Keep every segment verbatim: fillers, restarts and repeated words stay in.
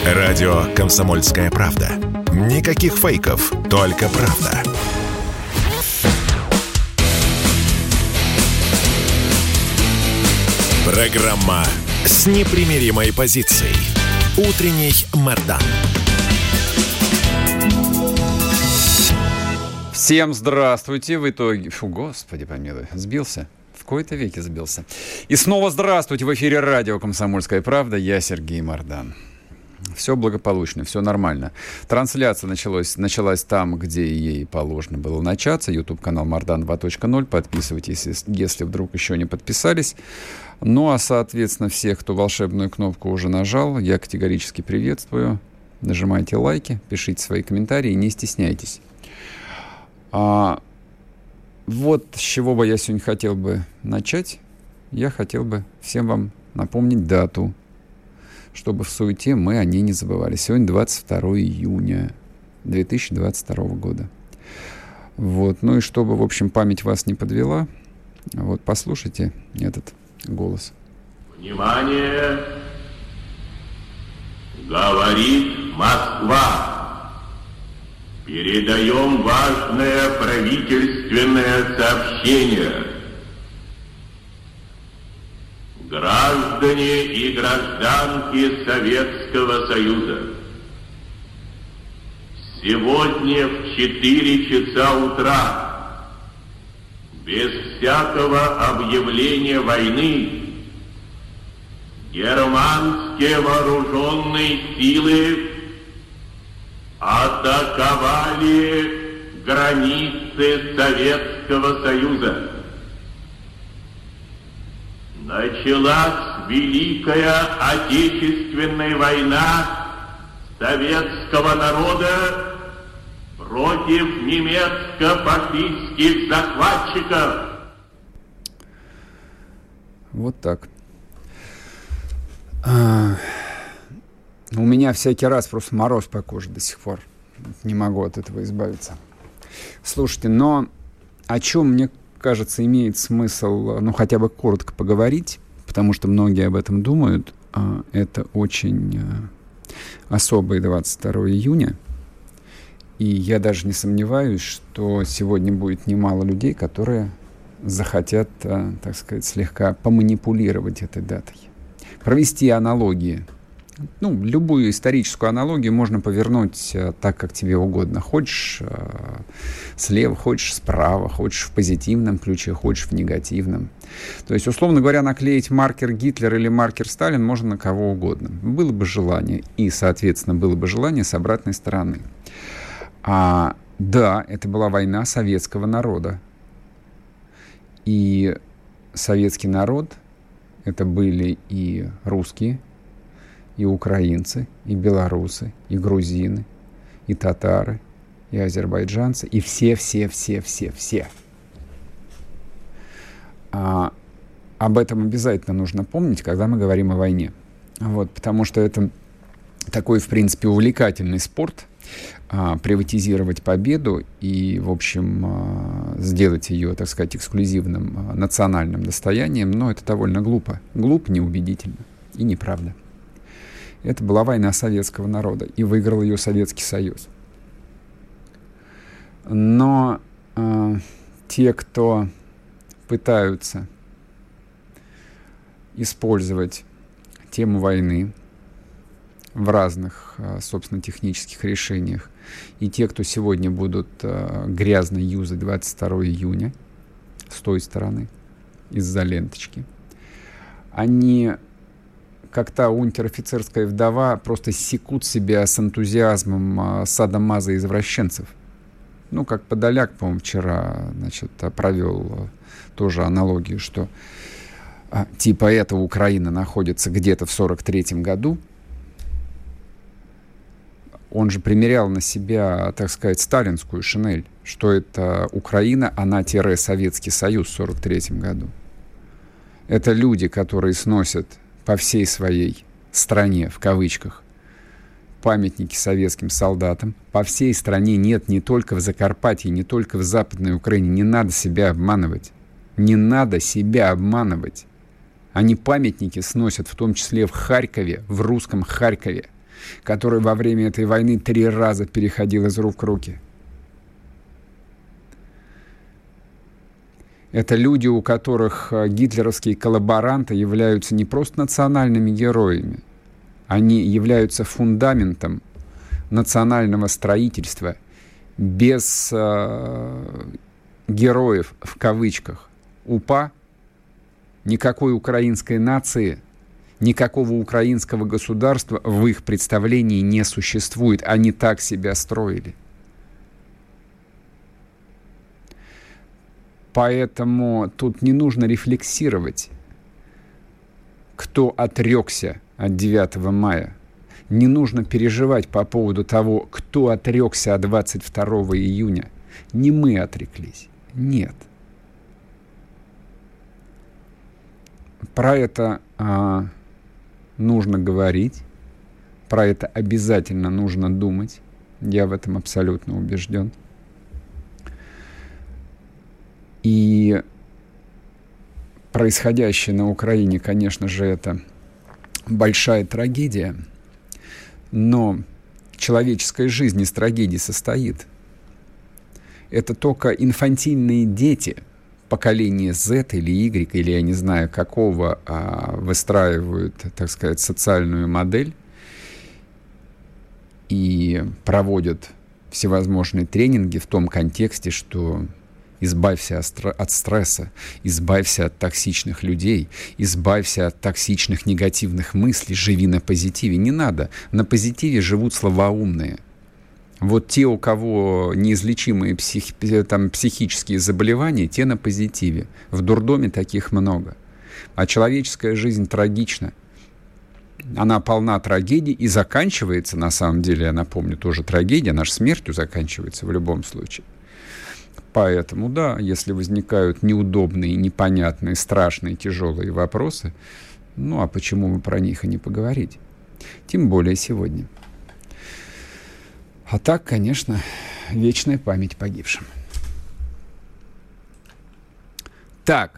Радио «Комсомольская правда». Никаких фейков, только правда. Программа с непримиримой позицией. Утренний Мордан. Всем здравствуйте. В итоге... Фу, господи помилуй, сбился. В кои-то веки сбился. И снова здравствуйте. В эфире радио «Комсомольская правда». Я Сергей Мордан. Все благополучно, все нормально. Трансляция началась, началась там, где ей положено было начаться. YouTube-канал Мордан два точка ноль. Подписывайтесь, если вдруг еще не подписались. Ну, а, соответственно, всех, кто волшебную кнопку уже нажал, я категорически приветствую. Нажимайте лайки, пишите свои комментарии, не стесняйтесь. А, вот с чего бы я сегодня хотел бы начать. Я хотел бы всем вам напомнить дату, чтобы в суете мы о ней не забывали. Сегодня двадцать второе июня две тысячи двадцать второго года. Вот. Ну и чтобы, в общем, память вас не подвела, вот послушайте этот голос. Внимание! Говорит Москва. Передаем важное правительственное сообщение. Граждане и гражданки Советского Союза, сегодня в четыре часа утра, без всякого объявления войны, германские вооруженные силы атаковали границы Советского Союза. Началась Великая Отечественная война советского народа против немецко-фашистских захватчиков. Вот так. А, у меня всякий раз просто мороз по коже до сих пор. Не могу от этого избавиться. Слушайте, но о чем мне кажется, имеет смысл, ну, хотя бы коротко поговорить, потому что многие об этом думают. Это очень особый двадцать второе июня. И я даже не сомневаюсь, что сегодня будет немало людей, которые захотят, так сказать, слегка поманипулировать этой датой. Провести аналогии. Ну, любую историческую аналогию можно повернуть а, так, как тебе угодно. Хочешь а, слева, хочешь справа, хочешь в позитивном ключе, хочешь в негативном. То есть, условно говоря, наклеить маркер Гитлер или маркер Сталин можно на кого угодно. Было бы желание. И, соответственно, было бы желание с обратной стороны. А, да, это была война советского народа. И советский народ — это были и русские, и украинцы, и белорусы, и грузины, и татары, и азербайджанцы, и все-все-все-все-все. А, об этом обязательно нужно помнить, когда мы говорим о войне. Вот, потому что это такой, в принципе, увлекательный спорт, а, приватизировать победу и, в общем, а, сделать ее, так сказать, эксклюзивным а, национальным достоянием, но это довольно глупо. Глупо, неубедительно и неправда. Это была война советского народа, и выиграл ее Советский Союз. Но э, те, кто пытаются использовать тему войны в разных, э, собственно, технических решениях, и те, кто сегодня будут э, грязно юзать двадцать второе июня с той стороны, из-за ленточки, они, как та унтер-офицерская вдова, просто секут себя с энтузиазмом а, садомаза-извращенцев. Ну, как Подоляк, по-моему, вчера, значит, провел тоже аналогию, что а, типа эта Украина находится где-то в сорок третьем году. Он же примерял на себя, так сказать, сталинскую шинель, что это Украина, она-Советский Союз в сорок третьем году. Это люди, которые сносят по всей своей стране, в кавычках, памятники советским солдатам. По всей стране нет, не только в Закарпатье, не только в Западной Украине. Не надо себя обманывать. Не надо себя обманывать. Они памятники сносят, в том числе в Харькове, в русском Харькове. который во время этой войны три раза переходил из рук в руки. Это люди, у которых гитлеровские коллаборанты являются не просто национальными героями, они являются фундаментом национального строительства. Без э, героев, в кавычках, УПА, никакой украинской нации, никакого украинского государства в их представлении не существует. Они так себя строили. Поэтому тут не нужно рефлексировать, кто отрекся от девятого мая. Не нужно переживать по поводу того, кто отрекся от двадцать второго июня. Не мы отреклись. Нет. Про это а, нужно говорить. Про это обязательно нужно думать. Я в этом абсолютно убежден. И происходящее на Украине, конечно же, это большая трагедия. Но человеческая жизнь из трагедии состоит. Это только инфантильные дети поколения Z или Y, или я не знаю какого, выстраивают, так сказать, социальную модель и проводят всевозможные тренинги в том контексте, что избавься от стресса, избавься от токсичных людей, избавься от токсичных негативных мыслей, живи на позитиве. Не надо. На позитиве живут слабоумные. Вот те, у кого неизлечимые псих, там, психические заболевания, те на позитиве. В дурдоме таких много. А человеческая жизнь трагична. Она полна трагедий и заканчивается, на самом деле, я напомню, тоже трагедия, наша смертью заканчивается в любом случае. Поэтому, да, если возникают неудобные, непонятные, страшные, тяжелые вопросы, ну, а почему бы про них и не поговорить? Тем более сегодня. А так, конечно, вечная память погибшим. Так.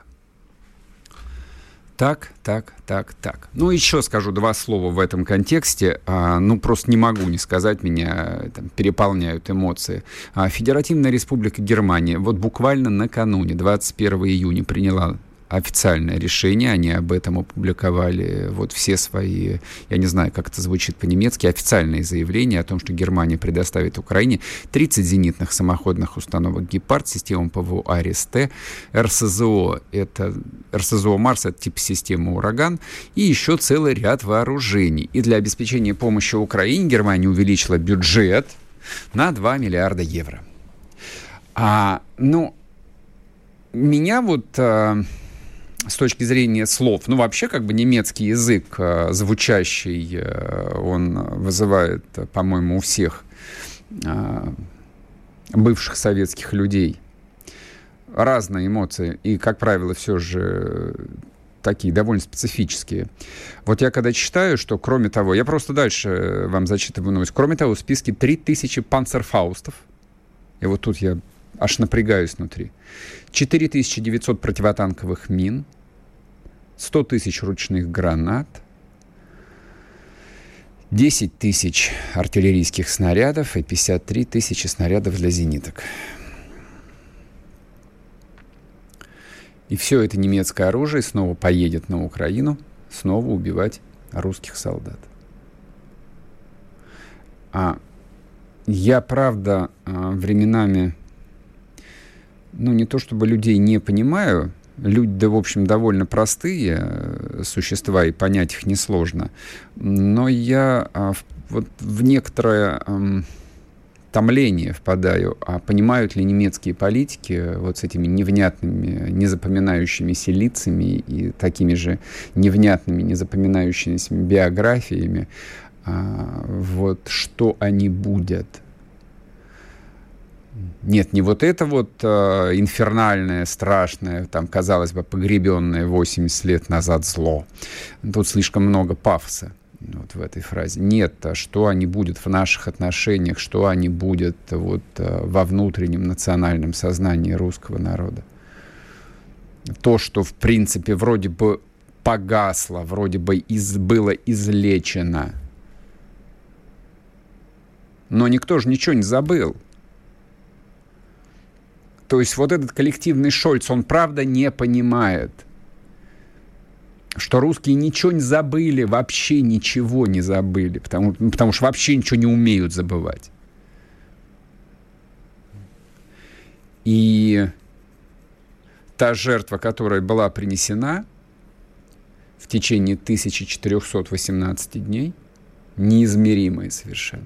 Так, так, так, так. Ну, еще скажу два слова в этом контексте. А, ну, просто не могу не сказать, меня там переполняют эмоции. А, Федеративная Республика Германия вот буквально накануне, двадцать первого июня, приняла официальное решение. Они об этом опубликовали вот все свои, я не знаю, как это звучит по-немецки, официальные заявления о том, что Германия предоставит Украине тридцать зенитных самоходных установок «Гепард», систему ПВО «Арис-Т», РСЗО, это РСЗО «Марс», это тип системы «Ураган», и еще целый ряд вооружений. И для обеспечения помощи Украине Германия увеличила бюджет на два миллиарда евро. А, ну, меня вот... А, с точки зрения слов, ну, вообще, как бы немецкий язык, э, звучащий, э, он вызывает, по-моему, у всех э, бывших советских людей разные эмоции. И, как правило, все же такие довольно специфические. Вот я когда читаю, что, кроме того, я просто дальше вам зачитываю новость, кроме того, в списке три тысячи панцерфаустов, и вот тут я аж напрягаюсь внутри, четыре тысячи девятьсот противотанковых мин, сто тысяч ручных гранат, десять тысяч артиллерийских снарядов и пятьдесят три тысячи снарядов для зениток. И все это немецкое оружие снова поедет на Украину, снова убивать русских солдат. А я, правда, временами, ну, не то чтобы людей не понимаю, люди, да, в общем, довольно простые существа, и понять их несложно, но я а, в, вот в некоторое а, томление впадаю, а понимают ли немецкие политики вот с этими невнятными, незапоминающимися лицами и такими же невнятными, незапоминающимися биографиями, а, вот что они будут. Нет, не вот это вот э, инфернальное, страшное, там, казалось бы, погребенное восемьдесят лет назад зло. Тут слишком много пафоса вот в этой фразе. Нет, а что они будут в наших отношениях, что они будут вот, э, во внутреннем национальном сознании русского народа. То, что, в принципе, вроде бы погасло, вроде бы из, было излечено Но никто же ничего не забыл. То есть вот этот коллективный Шольц, он правда не понимает, что русские ничего не забыли, вообще ничего не забыли, потому, ну, потому что вообще ничего не умеют забывать. И та жертва, которая была принесена в течение тысяча четыреста восемнадцать дней, неизмеримая совершенно.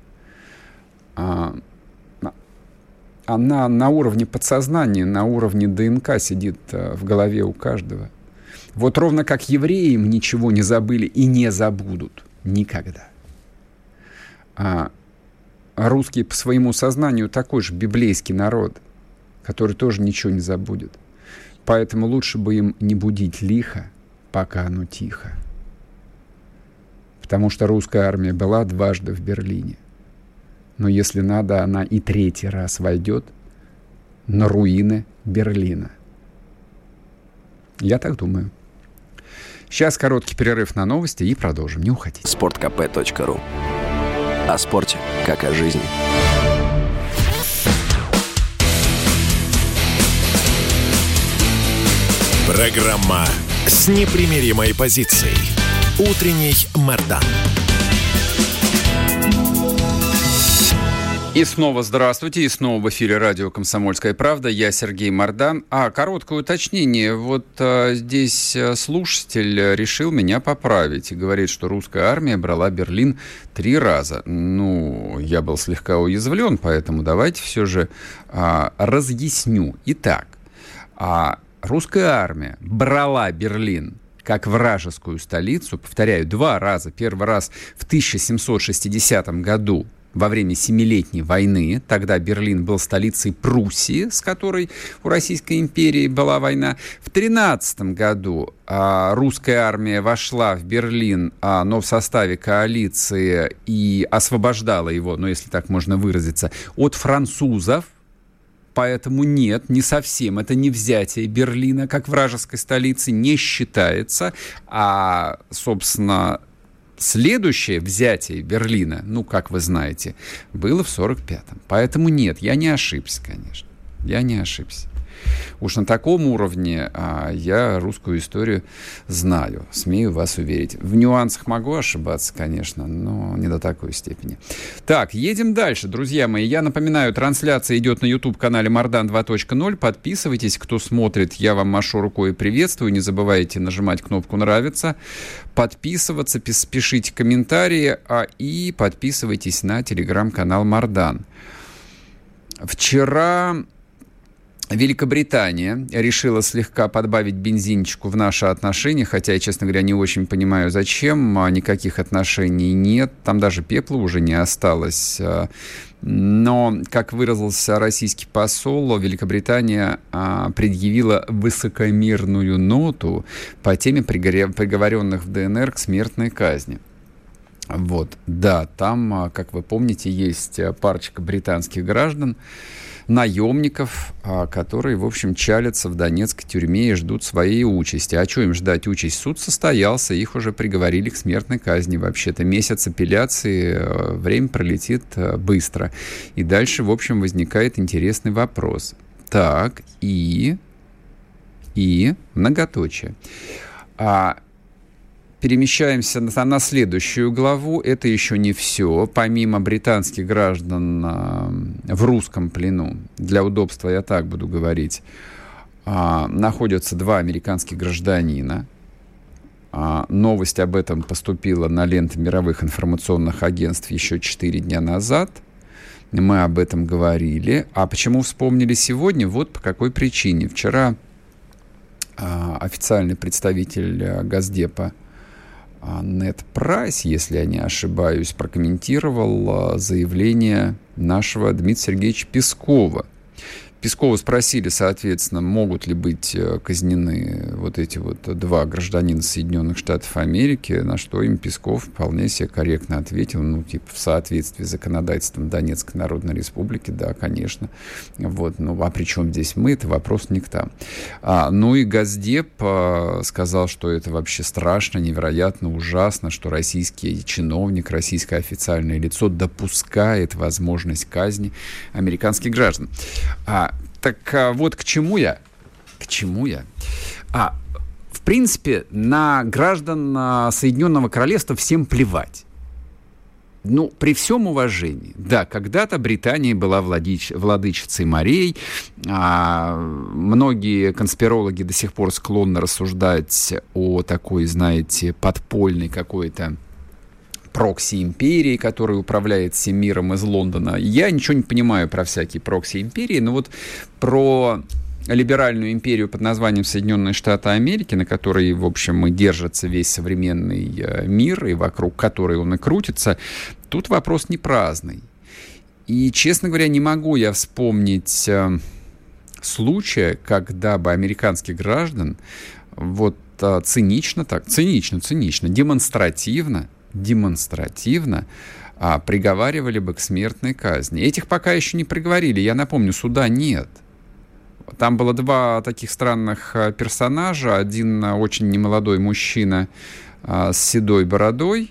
А, она на уровне подсознания, на уровне ДНК сидит в голове у каждого. Вот ровно как евреи ничего не забыли и не забудут никогда. А русские по своему сознанию такой же библейский народ, который тоже ничего не забудет. Поэтому лучше бы им не будить лихо, пока оно тихо. Потому что русская армия была дважды в Берлине. Но если надо, она и третий раз войдет на руины Берлина. Я так думаю. Сейчас короткий перерыв на новости и продолжим. Не уходите. спорт кей пи точка ру. О спорте, как о жизни. Программа с непримиримой позицией. Утренний Мардан. И снова здравствуйте, и снова в эфире радио «Комсомольская правда». Я Сергей Мардан. А, короткое уточнение. Вот а, здесь слушатель решил меня поправить и говорит, что русская армия брала Берлин три раза. Ну, я был слегка уязвлен, поэтому давайте все же а, разъясню. Итак, а, русская армия брала Берлин как вражескую столицу, повторяю, два раза. Первый раз в тысяча семьсот шестидесятом году во время Семилетней войны. Тогда Берлин был столицей Пруссии, с которой у Российской империи была война. В тринадцатом году а, русская армия вошла в Берлин, а, но в составе коалиции и освобождала его, ну, если так можно выразиться, от французов. Поэтому нет, не совсем. Это не взятие Берлина как вражеской столицы, не считается. А, собственно, следующее взятие Берлина, ну, как вы знаете, было в сорок пятом. Поэтому нет, я не ошибся, конечно. Я не ошибся. Уж на таком уровне а, я русскую историю знаю, смею вас уверить. В нюансах могу ошибаться, конечно, но не до такой степени. Так, едем дальше, друзья мои. Я напоминаю, трансляция идет на YouTube-канале Мардан два точка ноль. Подписывайтесь, кто смотрит, я вам машу рукой и приветствую. Не забывайте нажимать кнопку «Нравится», подписываться, пишите комментарии, а, и подписывайтесь на телеграм-канал Мардан. Вчера Великобритания решила слегка подбавить бензинчику в наши отношения, хотя я, честно говоря, не очень понимаю, зачем. Никаких отношений нет, там даже пепла уже не осталось. Но, как выразился российский посол, Великобритания предъявила высокомерную ноту по теме приговоренных в ДНР к смертной казни. Вот, да, там, как вы помните, есть парочка британских граждан, наемников, которые, в общем, чалятся в донецкой тюрьме и ждут своей участи. А что им ждать участь? Суд состоялся, их уже приговорили к смертной казни. Вообще-то месяц апелляции, время пролетит быстро. И дальше, в общем, возникает интересный вопрос. Так, и... И... Многоточие. А... Перемещаемся на, на следующую главу. Это еще не все. Помимо британских граждан а, в русском плену, для удобства я так буду говорить, а, находятся два американских гражданина. А, новость об этом поступила на ленты мировых информационных агентств еще четыре дня назад. Мы об этом говорили. А почему вспомнили сегодня? Вот по какой причине. Вчера а, официальный представитель Госдепа Нед Прайс, если я не ошибаюсь, прокомментировал заявление нашего Дмитрия Сергеевича Пескова. Пескова спросили, соответственно, могут ли быть казнены вот эти вот два гражданина Соединенных Штатов Америки, на что им Песков вполне себе корректно ответил, ну, типа, в соответствии с законодательством Донецкой Народной Республики, да, конечно. Вот, ну, а при чем здесь мы? Это вопрос не к нам. А, ну и Госдеп а, сказал, что это вообще страшно, невероятно, ужасно, что российский чиновник, российское официальное лицо допускает возможность казни американских граждан. А, так а, вот к чему я? К чему я? А, в принципе, на граждан а, Соединенного Королевства всем плевать. Ну, при всем уважении. Да, когда-то Британия была владыч, владычицей морей. А, многие конспирологи до сих пор склонны рассуждать о такой, знаете, подпольной какой-то прокси-империи, которая управляет всем миром из Лондона. Я ничего не понимаю про всякие прокси-империи, но вот про либеральную империю под названием Соединенные Штаты Америки, на которой, в общем, и держится весь современный мир, и вокруг которой он и крутится, тут вопрос не праздный. И, честно говоря, не могу я вспомнить э, случая, когда бы американских граждан вот э, цинично так, цинично, цинично, демонстративно, демонстративно а, приговаривали бы к смертной казни. Этих пока еще не приговорили. Я напомню, суда нет. Там было два таких странных персонажа. Один очень немолодой мужчина а, с седой бородой,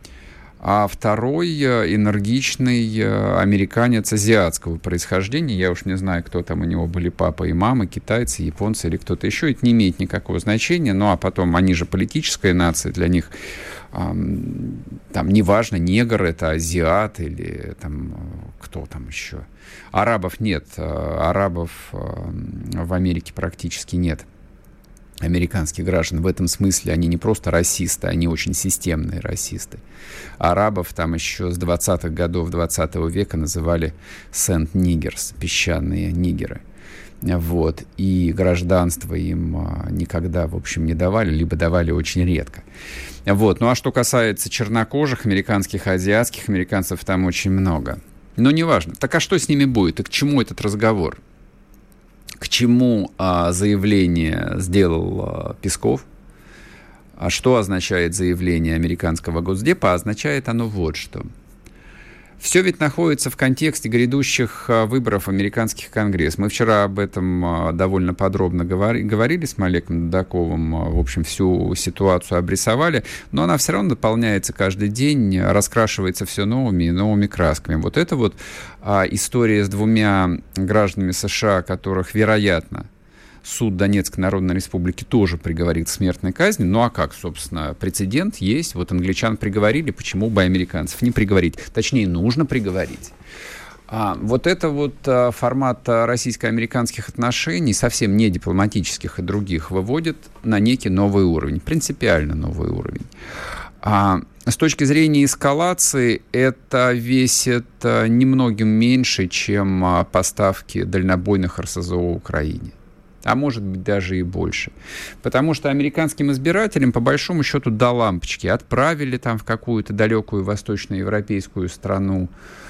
а второй энергичный американец азиатского происхождения. Я уж не знаю, кто там у него были, папа и мама, китайцы, японцы или кто-то еще. Это не имеет никакого значения. Ну, а потом, они же политическая нация, для них эм, там неважно, негр это, азиат или там кто там еще. Арабов нет. Арабов в Америке практически нет. Американских граждан. В этом смысле они не просто расисты, они очень системные расисты. Арабов там еще с двадцатых годов двадцатого века называли «сент-нигерс», песчаные нигеры. Вот. И гражданство им никогда, в общем, не давали, либо давали очень редко. Вот. Ну а что касается чернокожих, американских, азиатских, американцев там очень много. Но неважно. Так а что с ними будет? И к чему этот разговор? К чему а, заявление сделал а, Песков? А что означает заявление американского Госдепа? Означает оно вот что. Все ведь находится в контексте грядущих а, выборов в американский Конгресс. Мы вчера об этом а, довольно подробно говори, говорили с Малеком Дадаковым. А, в общем, всю ситуацию обрисовали. Но она все равно дополняется каждый день, раскрашивается все новыми и новыми красками. Вот это вот а, история с двумя гражданами США, которых, вероятно, суд Донецкой Народной Республики тоже приговорит к смертной казни. Ну а как, собственно, прецедент есть. Вот англичан приговорили, почему бы американцев не приговорить? Точнее, нужно приговорить. А, вот это вот а, формат а, российско-американских отношений, совсем не дипломатических и других, выводит на некий новый уровень, принципиально новый уровень. А, с точки зрения эскалации, это весит а, немногим меньше, чем а, поставки дальнобойных эр эс зэ о Украине. А может быть, даже и больше. Потому что американским избирателям, по большому счету, до лампочки. Отправили там в какую-то далекую восточноевропейскую страну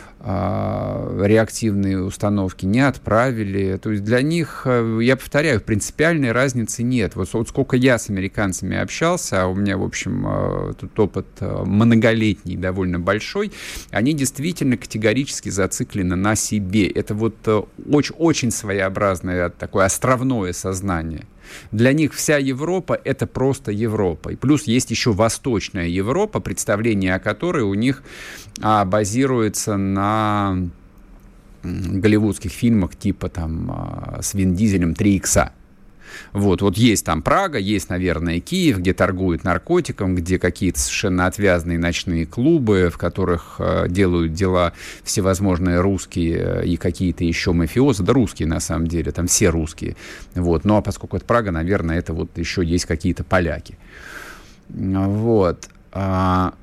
э, реактивные установки, не отправили. То есть для них, я повторяю, принципиальной разницы нет. Вот, вот сколько я с американцами общался, а у меня, в общем, э, тут опыт э, многолетний, довольно большой, они действительно категорически зациклены на себе. Это вот э, очень, очень своеобразное такое островное сознание. Для них вся Европа — это просто Европа. И плюс есть еще Восточная Европа, представление о которой у них а, базируется на голливудских фильмах типа там а, с Вин Дизелем «три икса». Вот, вот есть там Прага, есть, наверное, Киев, где торгуют наркотиком, где какие-то совершенно отвязные ночные клубы, в которых э, делают дела всевозможные русские и какие-то еще мафиозы, да русские на самом деле, там все русские. Вот, ну а поскольку это Прага, наверное, это вот еще есть какие-то поляки. Вот. А,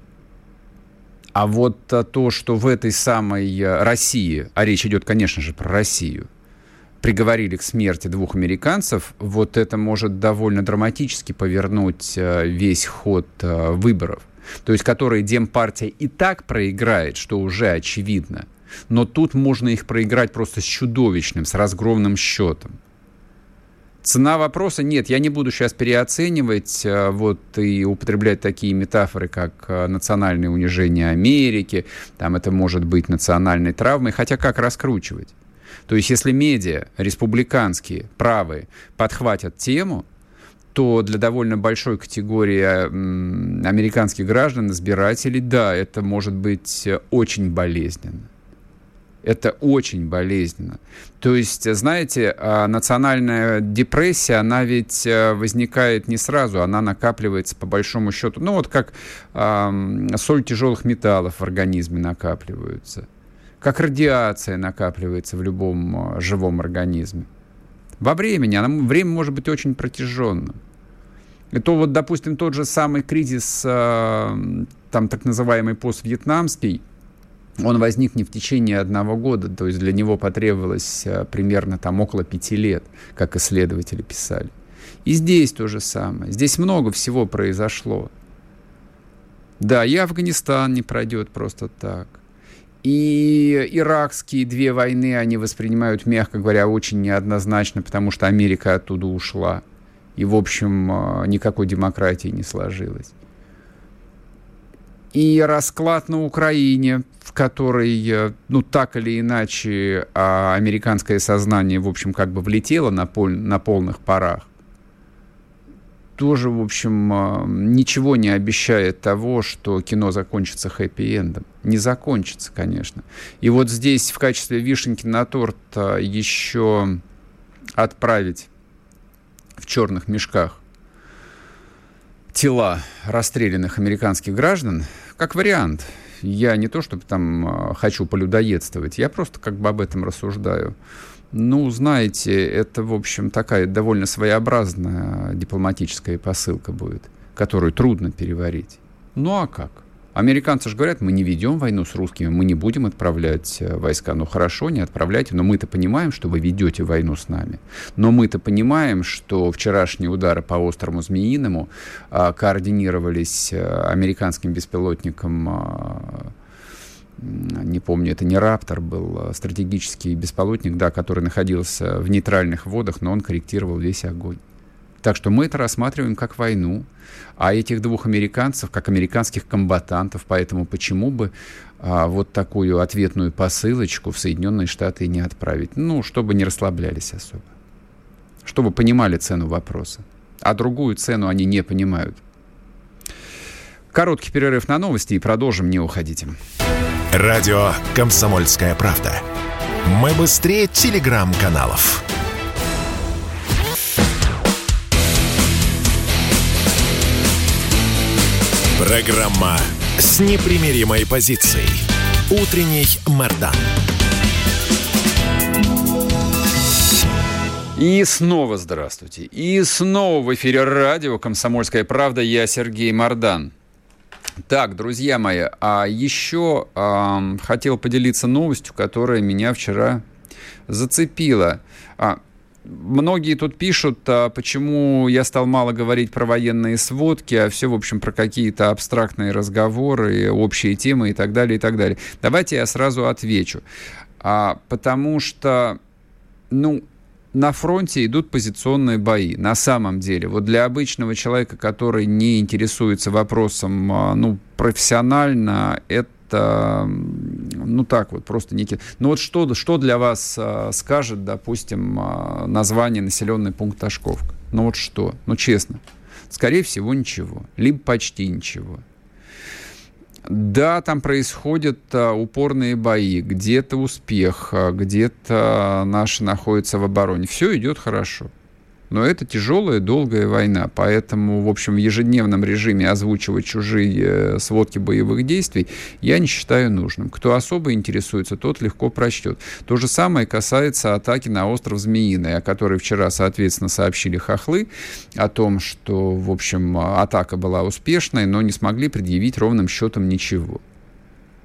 а вот то, что в этой самой России, а речь идет, конечно же, про Россию, приговорили к смерти двух американцев, вот это может довольно драматически повернуть весь ход выборов. То есть, которые Демпартия и так проиграет, что уже очевидно. Но тут можно их проиграть просто с чудовищным, с разгромным счетом. Цена вопроса нет. Я не буду сейчас переоценивать вот, и употреблять такие метафоры, как национальное унижение Америки, там это может быть национальной травмой, хотя как раскручивать? То есть если медиа, республиканские, правые, подхватят тему, то для довольно большой категории м, американских граждан, избирателей, да, это может быть очень болезненно. Это очень болезненно. То есть, знаете, национальная депрессия, она ведь возникает не сразу, она накапливается по большому счету. Ну, вот как э, соль тяжелых металлов в организме накапливаются, как радиация накапливается в любом живом организме. Во времени, она, время может быть очень протяженным. И то вот, допустим, тот же самый кризис, э, там так называемый поствьетнамский, он возник не в течение одного года, то есть для него потребовалось а, примерно там около пяти лет, как исследователи писали. И здесь то же самое. Здесь много всего произошло. Да, и Афганистан не пройдет просто так. И иракские две войны они воспринимают, мягко говоря, очень неоднозначно, потому что Америка оттуда ушла. И, в общем, никакой демократии не сложилось. И расклад на Украине, в который, ну, так или иначе, американское сознание, в общем, как бы влетело на, пол, на полных парах, тоже, в общем, ничего не обещает того, что кино закончится хэппи-эндом. Не закончится, конечно. И вот здесь в качестве вишенки на торт еще отправить в черных мешках тела расстрелянных американских граждан, как вариант. Я не то, чтобы там хочу полюдоедствовать, я просто как бы об этом рассуждаю. Ну, знаете, это, в общем, такая довольно своеобразная дипломатическая посылка будет, которую трудно переварить. Ну, а как? Американцы же говорят, мы не ведем войну с русскими, мы не будем отправлять войска. Ну, хорошо, не отправляйте, но мы-то понимаем, что вы ведете войну с нами. Но мы-то понимаем, что вчерашние удары по Острому Змеиному а, координировались а, американским беспилотником, а, не помню, это не «Раптор» был, а стратегический беспилотник, да, который находился в нейтральных водах, но он корректировал весь огонь. Так что мы это рассматриваем как войну, а этих двух американцев как американских комбатантов, поэтому почему бы а, вот такую ответную посылочку в Соединенные Штаты не отправить? Ну, чтобы не расслаблялись особо, чтобы понимали цену вопроса, а другую цену они не понимают. Короткий перерыв на новости и продолжим, не уходите. Радио «Комсомольская правда». Мы быстрее телеграм-каналов. Программа с непримиримой позицией. Утренний Мардан. И снова здравствуйте. И снова в эфире радио «Комсомольская правда». Я Сергей Мардан. Так, друзья мои, а еще э, хотел поделиться новостью, которая меня вчера зацепила. А, Многие тут пишут, а почему я стал мало говорить про военные сводки, а все, в общем, про какие-то абстрактные разговоры, общие темы и так далее, и так далее. Давайте я сразу отвечу. А, потому что, ну, на фронте идут позиционные бои, на самом деле. Вот для обычного человека, который не интересуется вопросом, ну, профессионально, это ну так вот, просто некий... Ну вот что, что для вас а, скажет, допустим, а, название населенный пункт Ташковка? Ну вот что? Ну честно. Скорее всего, ничего. Либо почти ничего. Да, там происходят а, упорные бои. Где-то успех, а, где-то наши находятся в обороне. Все идет хорошо. Но это тяжелая, долгая война, поэтому, в общем, в ежедневном режиме озвучивать чужие сводки боевых действий я не считаю нужным. Кто особо интересуется, тот легко прочтет. То же самое касается атаки на остров Змеиный, о которой вчера, соответственно, сообщили хохлы, о том, что, в общем, атака была успешной, но не смогли предъявить ровным счетом ничего.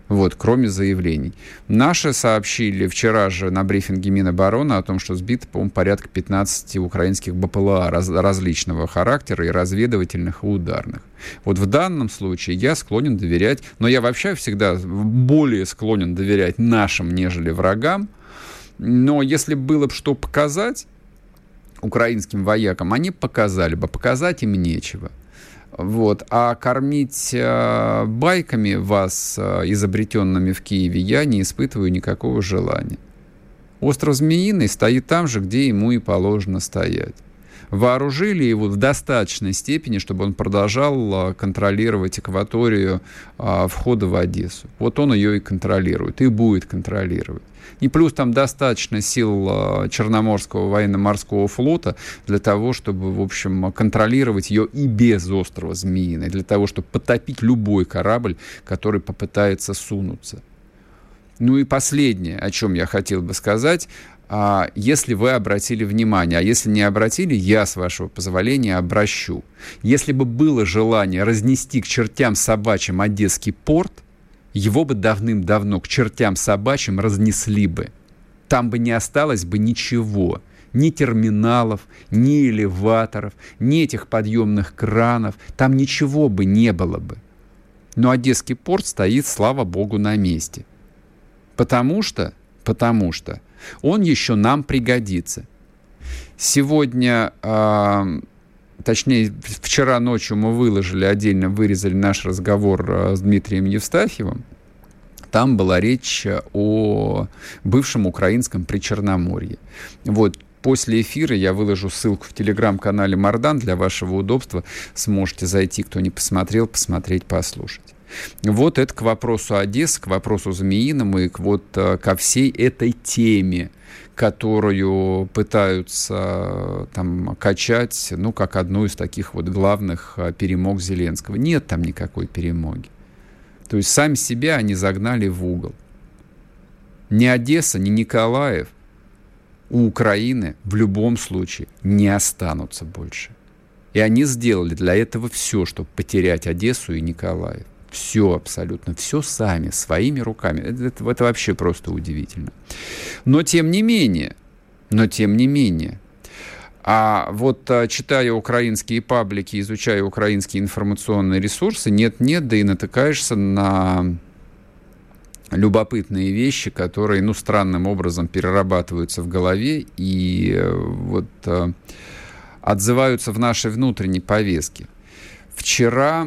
Вот, кроме заявлений. Наши сообщили вчера же на брифинге Минобороны о том, что сбито, по-моему, порядка пятнадцати украинских БПЛА раз, различного характера, и разведывательных, и ударных. Вот в данном случае я склонен доверять, но я вообще всегда более склонен доверять нашим, нежели врагам. Но если было бы что показать украинским воякам, они показали бы, показать им нечего. Вот. А кормить э, байками вас, э, изобретенными в Киеве, я не испытываю никакого желания. Остров Змеиный стоит там же, где ему и положено стоять. Вооружили его в достаточной степени, чтобы он продолжал э, контролировать акваторию э, входа в Одессу. Вот он ее и контролирует, и будет контролировать. И плюс там достаточно сил э, Черноморского военно-морского флота для того, чтобы, в общем, контролировать ее и без острова Змеиный, для того, чтобы потопить любой корабль, который попытается сунуться. Ну и последнее, о чем я хотел бы сказать, э, если вы обратили внимание, а если не обратили, я, с вашего позволения, обращу. Если бы было желание разнести к чертям собачьим Одесский порт, его бы давным-давно к чертям собачьим разнесли бы. Там бы не осталось бы ничего. Ни терминалов, ни элеваторов, ни этих подъемных кранов. Там ничего бы не было бы. Но Одесский порт стоит, слава богу, на месте. Потому что, потому что он еще нам пригодится. Сегодня... Э, Точнее, вчера ночью мы выложили, отдельно вырезали наш разговор с Дмитрием Евстафьевым. Там была речь о бывшем украинском Причерноморье. Вот. После эфира я выложу ссылку в телеграм-канале Мардан. Для вашего удобства сможете зайти, кто не посмотрел, посмотреть, послушать. Вот это к вопросу Одессы, к вопросу Змеиному и к, вот, ко всей этой теме, которую пытаются там качать, ну, как одну из таких вот главных перемог Зеленского. Нет там никакой перемоги. То есть сами себя они загнали в угол. Ни Одесса, ни Николаев у Украины в любом случае не останутся больше. И они сделали для этого все, чтобы потерять Одессу и Николаев. Все абсолютно, все сами, своими руками. Это, это, это вообще просто удивительно. Но тем не менее, но тем не менее, а вот читая украинские паблики, изучая украинские информационные ресурсы, нет-нет, да и натыкаешься на любопытные вещи, которые, ну, странным образом перерабатываются в голове и вот отзываются в нашей внутренней повестке. Вчера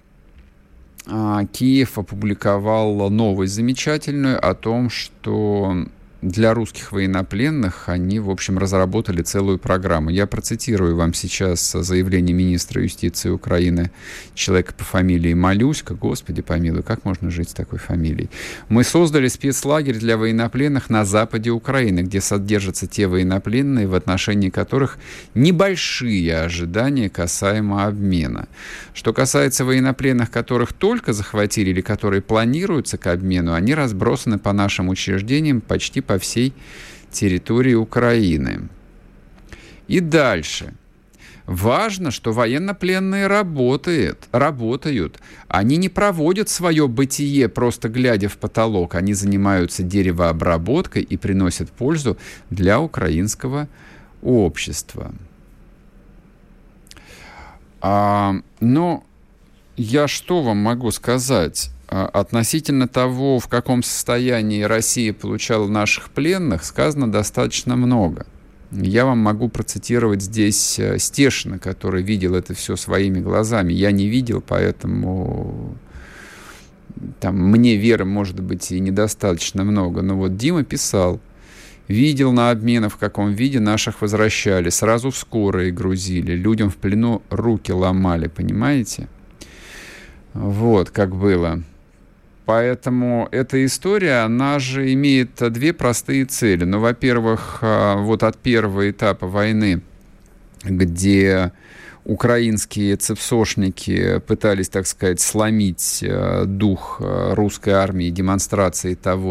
Киев опубликовал новость замечательную о том, что для русских военнопленных они, в общем, разработали целую программу. Я процитирую вам сейчас заявление министра юстиции Украины, человека по фамилии Малюська. Господи помилуй, как можно жить с такой фамилией? Мы создали спецлагерь для военнопленных на западе Украины, где содержатся те военнопленные, в отношении которых небольшие ожидания касаемо обмена. Что касается военнопленных, которых только захватили или которые планируются к обмену, они разбросаны по нашим учреждениям почти по всей территории Украины. И дальше. Важно, что военнопленные работают, работают. Они не проводят свое бытие, просто глядя в потолок. Они занимаются деревообработкой и приносят пользу для украинского общества. А, но я что вам могу сказать? Относительно того, в каком состоянии Россия получала наших пленных, сказано достаточно много. Я вам могу процитировать здесь Стешина, который видел это все своими глазами. Я не видел, поэтому там, мне веры, может быть, и недостаточно много. Но вот Дима писал: видел на обменах, в каком виде наших возвращали, сразу в скорые грузили, людям в плену руки ломали, понимаете? Вот как было. Поэтому эта история, она же имеет две простые цели. Ну, во-первых, вот от первого этапа войны, где украинские цепсошники пытались, так сказать, сломить дух русской армии демонстрацией того, что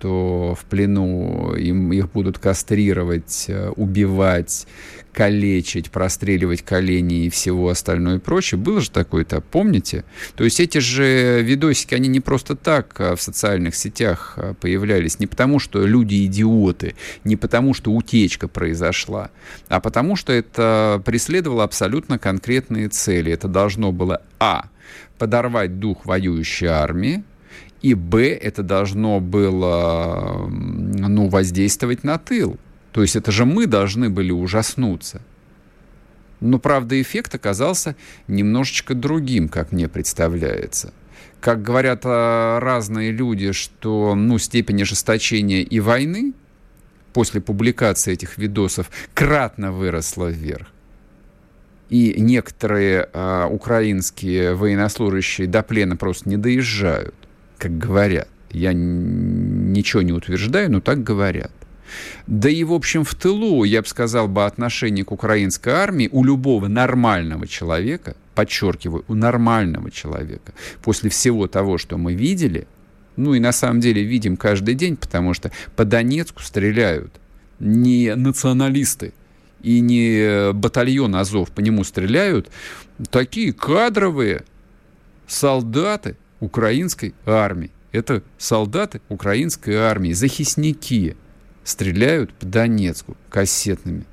что в плену им, их будут кастрировать, убивать, калечить, простреливать колени и всего остальное и прочее. Было же такое-то, помните? То есть эти же видосики, они не просто так в социальных сетях появлялись, не потому, что люди идиоты, не потому, что утечка произошла, а потому, что это преследовало абсолютно конкретные цели. Это должно было, а, подорвать дух воюющей армии, и, б, это должно было, ну, воздействовать на тыл. То есть это же мы должны были ужаснуться. Но, правда, эффект оказался немножечко другим, как мне представляется. Как говорят разные люди, что, ну, степень ожесточения и войны после публикации этих видосов кратно выросла вверх. И некоторые а, украинские военнослужащие до плена просто не доезжают, как говорят. Я ничего не утверждаю, но так говорят. Да и, в общем, в тылу, я бы сказал, бы, отношение к украинской армии у любого нормального человека, подчеркиваю, у нормального человека, после всего того, что мы видели, ну и на самом деле видим каждый день, потому что по Донецку стреляют не националисты и не батальон Азов, по нему стреляют такие кадровые солдаты украинской армии. Это солдаты украинской армии, захисники. Стреляют по Донецку кассетными.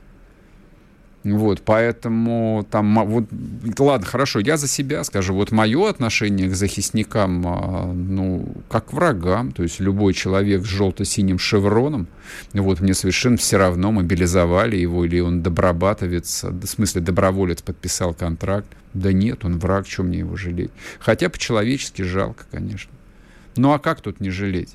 Вот, поэтому там, вот, ладно, хорошо, я за себя скажу, вот мое отношение к захисникам, ну, как к врагам, то есть любой человек с желто-синим шевроном, вот, мне совершенно все равно, мобилизовали его, или он добробатовец, в смысле доброволец подписал контракт, да нет, он враг, что мне его жалеть, хотя по-человечески жалко, конечно, ну, а как тут не жалеть?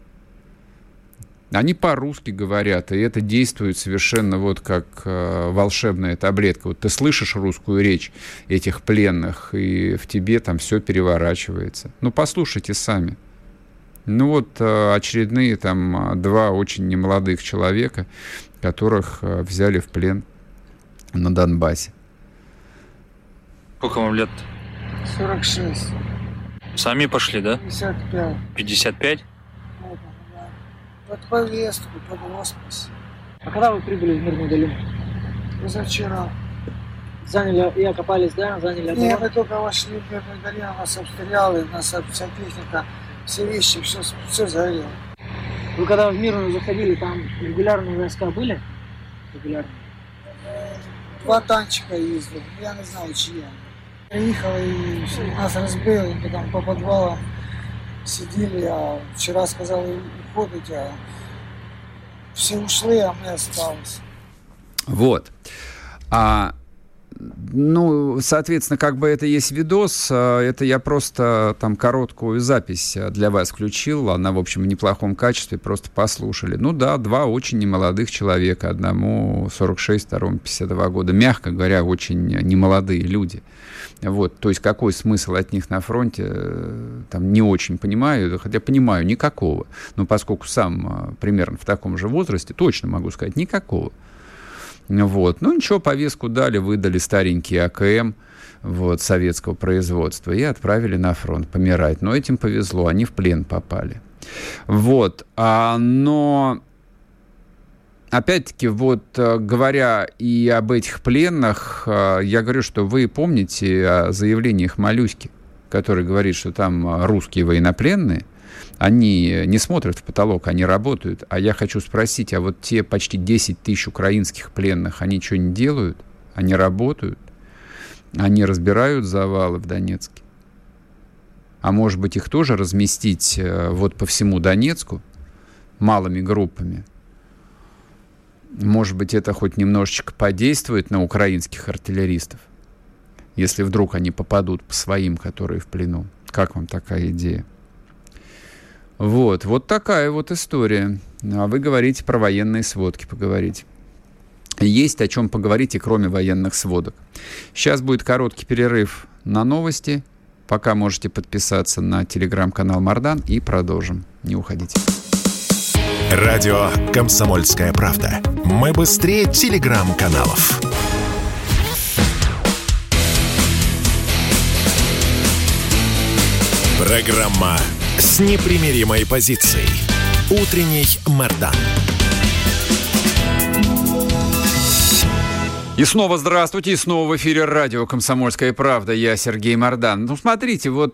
Они по-русски говорят, и это действует совершенно вот как э, волшебная таблетка. Вот ты слышишь русскую речь этих пленных, и в тебе там все переворачивается. Ну, послушайте сами. Ну, вот э, очередные там два очень немолодых человека, которых э, взяли в плен на Донбассе. Сколько вам лет? сорок шесть. Сами пошли, да? пятьдесят пять. пятьдесят пять? Под повестку, под роспись. А когда вы прибыли в Мирную долину? Позавчера. Заняли, и окопались, да? Заняли оборону? Нет, мы только вошли в Мирную долину, нас обстреляли, у нас вся техника, все вещи, все, все загорело. Вы когда в Мирную заходили, там регулярные войска были? Регулярные? Два танчика ездили, я не знаю, чьи. Приехали и нас разбили, мы там по подвалам сидели, а вчера сказали уходить, а все ушли, а мы остались. Вот. А, ну, соответственно, как бы это есть видос, это я просто там короткую запись для вас включил, она, в общем, в неплохом качестве, просто послушали. Ну да, два очень немолодых человека, одному сорок шесть, второму пятьдесят два года, мягко говоря, очень немолодые люди. Вот, то есть какой смысл от них на фронте, там, не очень понимаю, хотя понимаю, никакого. Но поскольку сам примерно в таком же возрасте, точно могу сказать, никакого. Вот. Ну ничего, повестку дали, выдали старенький А К М вот, советского производства и отправили на фронт помирать. Но этим повезло, они в плен попали. Вот. А, но... Опять-таки, вот говоря и об этих пленных, я говорю, что вы помните о заявлениях Малюськи, который говорит, что там русские военнопленные, они не смотрят в потолок, они работают. А я хочу спросить, а вот те почти десять тысяч украинских пленных, они что, не делают? Они работают? Они разбирают завалы в Донецке? А может быть, их тоже разместить вот по всему Донецку малыми группами? Может быть, это хоть немножечко подействует на украинских артиллеристов, если вдруг они попадут по своим, которые в плену. Как вам такая идея? Вот, вот такая вот история. А вы говорите про военные сводки, поговорить. Есть о чем поговорить и кроме военных сводок. Сейчас будет короткий перерыв на новости. Пока можете подписаться на телеграм-канал Мардан и продолжим. Не уходите. Радио «Комсомольская правда». Мы быстрее телеграм-каналов. Программа с непримиримой позицией. Утренний Мардан. И снова здравствуйте, и снова в эфире радио «Комсомольская правда». Я Сергей Мардан. Ну, смотрите, вот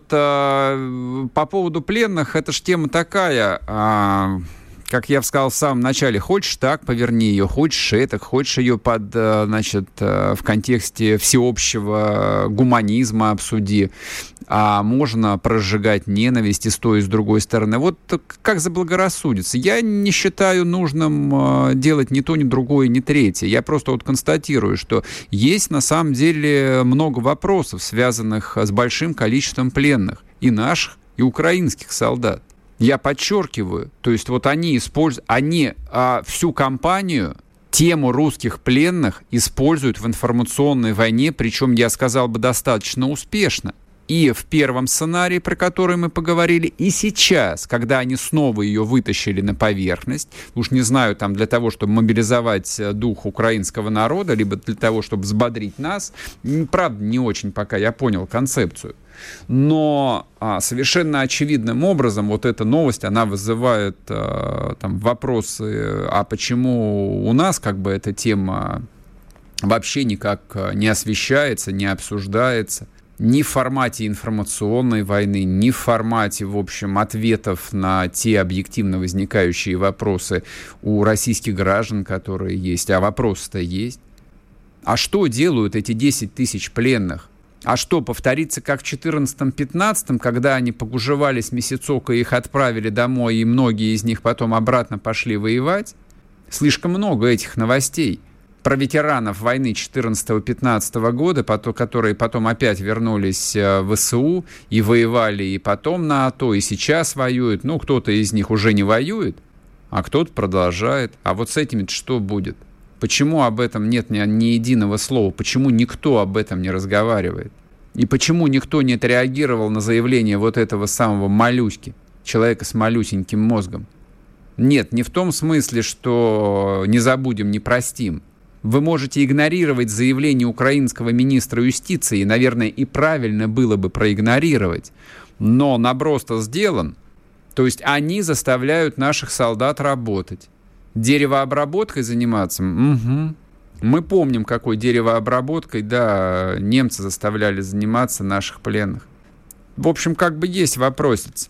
э, по поводу пленных, это ж тема такая, э, как я сказал в самом начале, хочешь так, поверни ее, хочешь это, хочешь ее под, значит, в контексте всеобщего гуманизма обсуди, а можно прожигать ненависть и с той, и с другой стороны. Вот как заблагорассудится. Я не считаю нужным делать ни то, ни другое, ни третье. Я просто вот констатирую, что есть на самом деле много вопросов, связанных с большим количеством пленных и наших, и украинских солдат. Я подчеркиваю, то есть вот они используют, они а, всю кампанию, тему русских пленных используют в информационной войне, причем, я сказал бы, достаточно успешно. И в первом сценарии, про который мы поговорили, и сейчас, когда они снова ее вытащили на поверхность, уж не знаю, там для того, чтобы мобилизовать дух украинского народа, либо для того, чтобы взбодрить нас, правда, не очень пока я понял концепцию. Но а, совершенно очевидным образом вот эта новость, она вызывает а, там, вопросы, а почему у нас как бы эта тема вообще никак не освещается, не обсуждается. Ни в формате информационной войны, ни в формате, в общем, ответов на те объективно возникающие вопросы у российских граждан, которые есть. А вопросы-то есть. А что делают эти десять тысяч пленных? А что, повторится, как в четырнадцатом-пятнадцатом, когда они погужевались месяцок и их отправили домой, и многие из них потом обратно пошли воевать? Слишком много этих новостей про ветеранов войны четырнадцатого-пятнадцатого года, которые потом опять вернулись в ВСУ и воевали и потом на АТО, и сейчас воюют. Ну, кто-то из них уже не воюет, а кто-то продолжает. А вот с этими что будет? Почему об этом нет ни, ни единого слова? Почему никто об этом не разговаривает? И почему никто не отреагировал на заявление вот этого самого малюськи, человека с малюсеньким мозгом? Нет, не в том смысле, что не забудем, не простим. Вы можете игнорировать заявление украинского министра юстиции, и, наверное, и правильно было бы проигнорировать. Но наброс-то сделан. То есть они заставляют наших солдат работать. Деревообработкой заниматься? Угу. Мы помним, какой деревообработкой, да, немцы заставляли заниматься наших пленных. В общем, как бы есть вопросец.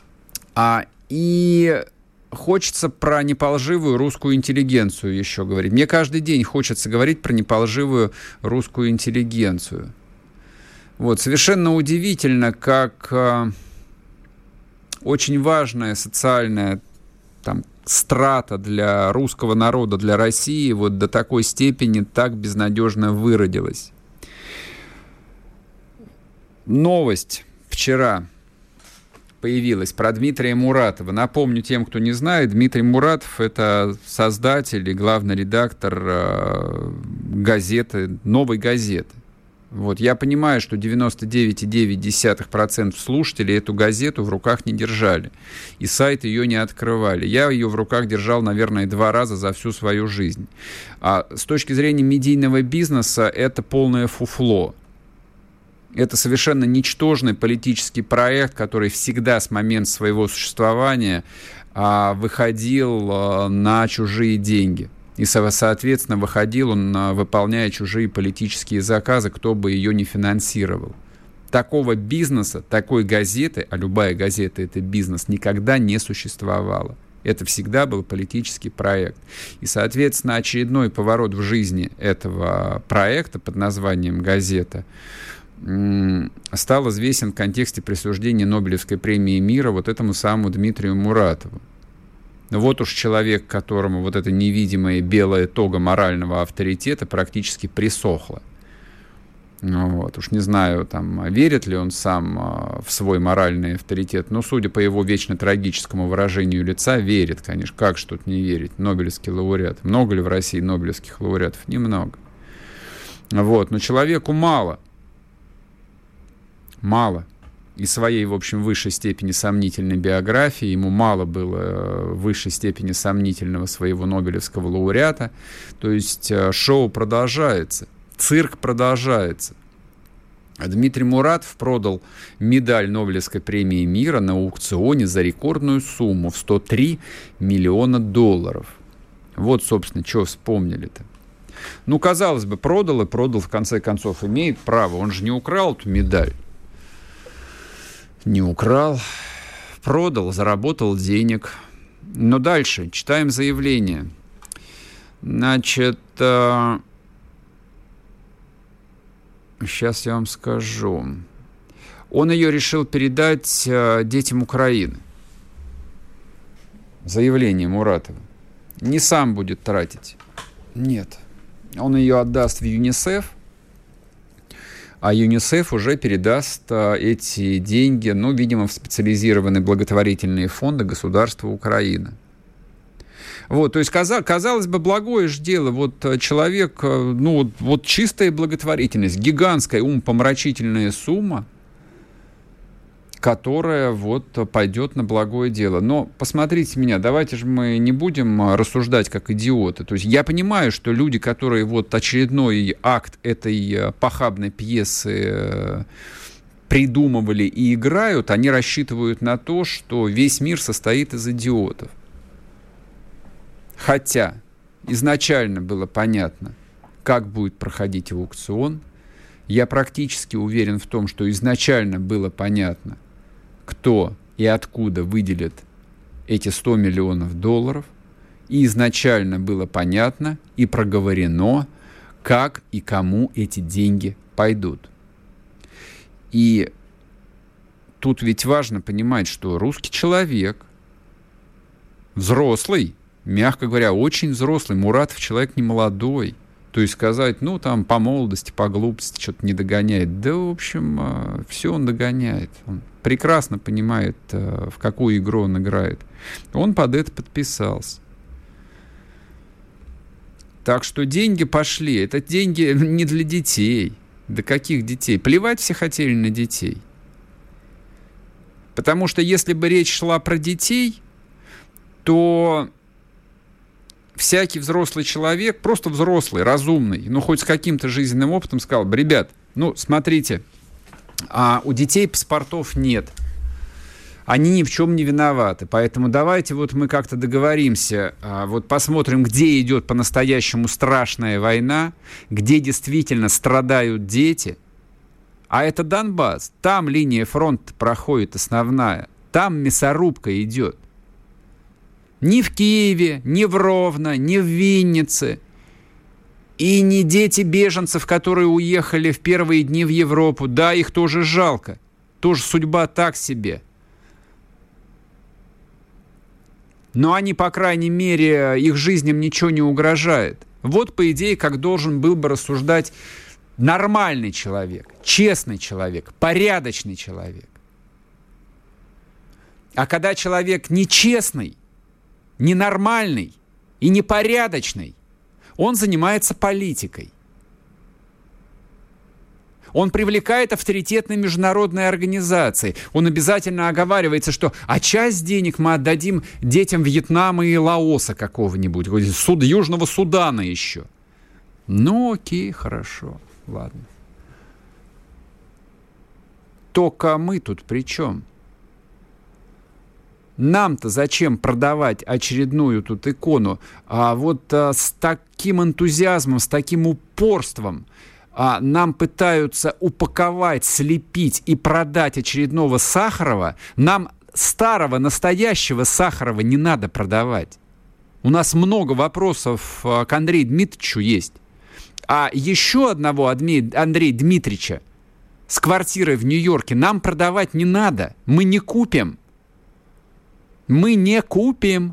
А, и хочется про неполживую русскую интеллигенцию еще говорить. Мне каждый день хочется говорить про неполживую русскую интеллигенцию. Вот, совершенно удивительно, как а, очень важная социальная там, страта для русского народа, для России вот до такой степени так безнадежно выродилась. Новость вчера появилась про Дмитрия Муратова. Напомню тем, кто не знает, Дмитрий Муратов — это создатель и главный редактор э, газеты, «Новой газеты». Вот, я понимаю, что девяносто девять целых девять десятых процента слушателей эту газету в руках не держали, и сайт ее не открывали. Я ее в руках держал, наверное, два раза за всю свою жизнь. А с точки зрения медийного бизнеса это полное фуфло. Это совершенно ничтожный политический проект, который всегда с момента своего существования а, выходил а, на чужие деньги. И, соответственно, выходил он, выполняя чужие политические заказы, кто бы ее не финансировал. Такого бизнеса, такой газеты, а любая газета — это бизнес, никогда не существовало. Это всегда был политический проект. И, соответственно, очередной поворот в жизни этого проекта под названием «Газета» стал известен в контексте присуждения Нобелевской премии мира вот этому самому Дмитрию Муратову. Вот уж человек, которому вот эта невидимая белая тога морального авторитета практически присохла. Вот. Уж не знаю, там, верит ли он сам в свой моральный авторитет, но, судя по его вечно трагическому выражению лица, верит, конечно. Как ж тут не верить? Нобелевский лауреат. Много ли в России нобелевских лауреатов? Немного. Вот. Но человеку мало. Мало. И своей, в общем, высшей степени сомнительной биографии, ему мало было высшей степени сомнительного своего нобелевского лауреата. То есть шоу продолжается, цирк продолжается. Дмитрий Муратов продал медаль Нобелевской премии мира на аукционе за рекордную сумму в сто три миллиона долларов. Вот, собственно, что вспомнили-то. Ну, казалось бы, продал и продал, в конце концов, имеет право. Он же не украл эту медаль. Не украл. Продал, заработал денег. Но дальше читаем заявление. Значит, э, сейчас я вам скажу. Он ее решил передать э, детям Украины. Заявление Муратова. Не сам будет тратить. Нет. Он ее отдаст в ЮНИСЕФ, а ЮНИСЕФ уже передаст а, эти деньги, ну, видимо, в специализированные благотворительные фонды государства Украины. Вот, то есть, казалось бы, благое же дело. Вот человек, ну, вот, вот чистая благотворительность, гигантская умопомрачительная сумма, которая вот пойдет на благое дело. Но посмотрите меня, давайте же мы не будем рассуждать как идиоты. То есть я понимаю, что люди, которые вот очередной акт этой похабной пьесы придумывали и играют, они рассчитывают на то, что весь мир состоит из идиотов. Хотя изначально было понятно, как будет проходить аукцион. Я практически уверен в том, что изначально было понятно, кто и откуда выделит эти сто миллионов долларов. И изначально было понятно и проговорено, как и кому эти деньги пойдут. И тут ведь важно понимать, что русский человек, взрослый, мягко говоря, очень взрослый, Муратов человек не молодой, то есть сказать, ну, там, по молодости, по глупости что-то не догоняет. Да, в общем, все он догоняет. Он прекрасно понимает, в какую игру он играет. Он под это подписался. Так что деньги пошли. Это деньги не для детей. Да каких детей? Плевать все хотели на детей. Потому что если бы речь шла про детей, то всякий взрослый человек, просто взрослый, разумный, ну, хоть с каким-то жизненным опытом сказал бы, ребят, ну, смотрите, а у детей паспортов нет. Они ни в чем не виноваты. Поэтому давайте вот мы как-то договоримся, а, вот посмотрим, где идет по-настоящему страшная война, где действительно страдают дети. А это Донбасс. Там линия фронта проходит основная. Там мясорубка идет. Ни в Киеве, ни в Ровно, ни в Виннице. И не дети беженцев, которые уехали в первые дни в Европу. Да, их тоже жалко. Тоже судьба так себе. Но они, по крайней мере, их жизням ничего не угрожает. Вот, по идее, как должен был бы рассуждать нормальный человек, честный человек, порядочный человек. А когда человек нечестный, ненормальный и непорядочный, он занимается политикой. Он привлекает авторитетные международные организации. Он обязательно оговаривается, что а часть денег мы отдадим детям Вьетнама и Лаоса какого-нибудь, Суд, Южного Судана еще. Ну, окей, хорошо, ладно. Только мы тут при чем? Нам-то зачем продавать очередную тут икону а вот а, с таким энтузиазмом, с таким упорством? А, нам пытаются упаковать, слепить и продать очередного Сахарова. Нам старого, настоящего Сахарова не надо продавать. У нас много вопросов а, к Андрею Дмитриевичу есть. А еще одного Андрея Дмитриевича с квартирой в Нью-Йорке нам продавать не надо. Мы не купим. Мы не купим.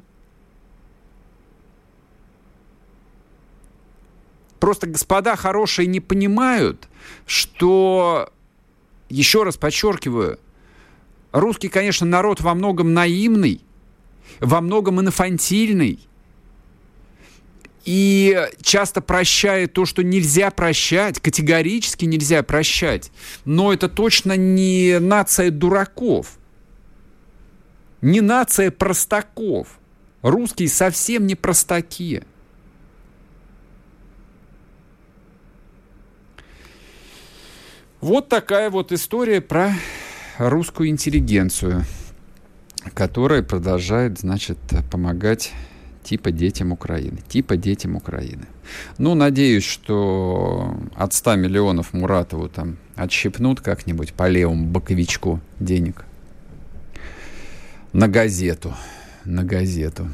Просто господа хорошие не понимают, что, еще раз подчеркиваю, русский, конечно, народ во многом наивный, во многом инфантильный и часто прощает то, что нельзя прощать, категорически нельзя прощать. Но это точно не нация дураков. Не нация простаков. Русские совсем не простаки. Вот такая вот история про русскую интеллигенцию, которая продолжает, значит, помогать типа детям Украины. Типа детям Украины. Ну, надеюсь, что от ста миллионов Муратову там отщипнут как-нибудь по левому боковичку денег. На газету. На газету.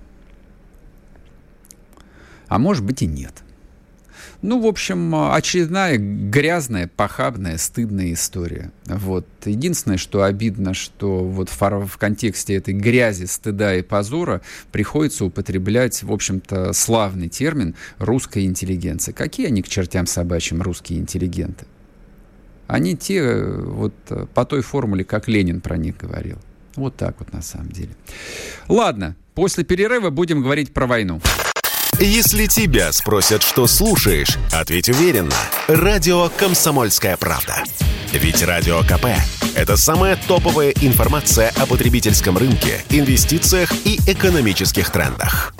А может быть и нет. Ну, в общем, очередная грязная, похабная, стыдная история. Вот. Единственное, что обидно, что вот в, в контексте этой грязи, стыда и позора приходится употреблять, в общем-то, славный термин «русская интеллигенция». Какие они к чертям собачьим русские интеллигенты? Они те, вот по той формуле, как Ленин про них говорил. Вот так вот на самом деле. Ладно, после перерыва будем говорить про войну. Если тебя спросят, что слушаешь, ответь уверенно. Радио «Комсомольская правда». Ведь Радио КП – это самая топовая информация о потребительском рынке, инвестициях и экономических трендах.